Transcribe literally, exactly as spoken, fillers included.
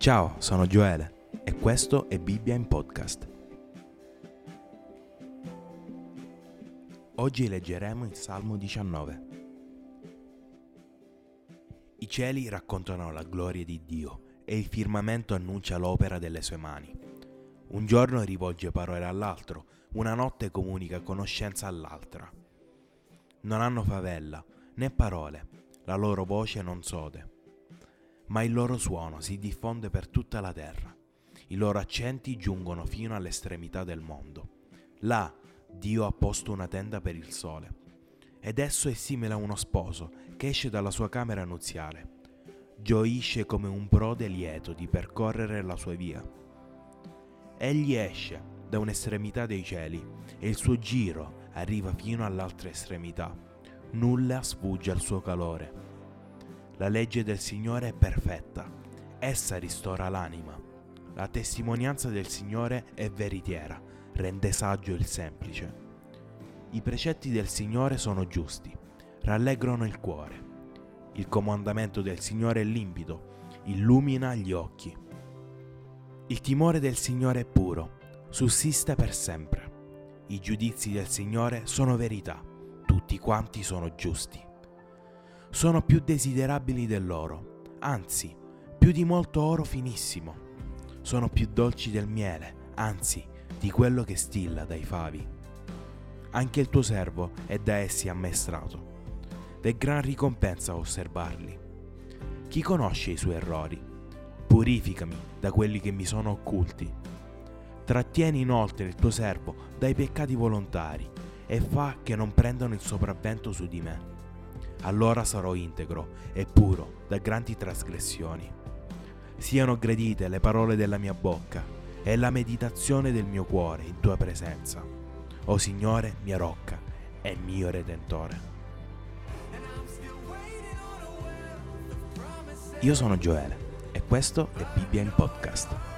Ciao, sono Gioele e questo è Bibbia in Podcast. Oggi leggeremo il Salmo diciannove. I cieli raccontano la gloria di Dio e il firmamento annuncia l'opera delle sue mani. Un giorno rivolge parole all'altro, una notte comunica conoscenza all'altra. Non hanno favella né parole, la loro voce non sode, ma il loro suono si diffonde per tutta la terra. I loro accenti giungono fino all'estremità del mondo. Là Dio ha posto una tenda per il sole, ed esso è simile a uno sposo che esce dalla sua camera nuziale. Gioisce come un prode lieto di percorrere la sua via. Egli esce da un'estremità dei cieli e il suo giro arriva fino all'altra estremità. Nulla sfugge al suo calore. La legge del Signore è perfetta, essa ristora l'anima. La testimonianza del Signore è veritiera, rende saggio il semplice. I precetti del Signore sono giusti, rallegrano il cuore. Il comandamento del Signore è limpido, illumina gli occhi. Il timore del Signore è puro, sussiste per sempre. I giudizi del Signore sono verità, tutti quanti sono giusti. Sono più desiderabili dell'oro, anzi, più di molto oro finissimo. Sono più dolci del miele, anzi, di quello che stilla dai favi. Anche il tuo servo è da essi ammaestrato. V'è gran ricompensa a osservarli. Chi conosce i suoi errori? Purificami da quelli che mi sono occulti. Trattieni inoltre il tuo servo dai peccati volontari e fa che non prendano il sopravvento su di me. Allora sarò integro e puro da grandi trasgressioni. Siano gradite le parole della mia bocca e la meditazione del mio cuore in tua presenza, o Signore, mia rocca e mio Redentore. Io sono Gioele e questo è Bibbia in Podcast.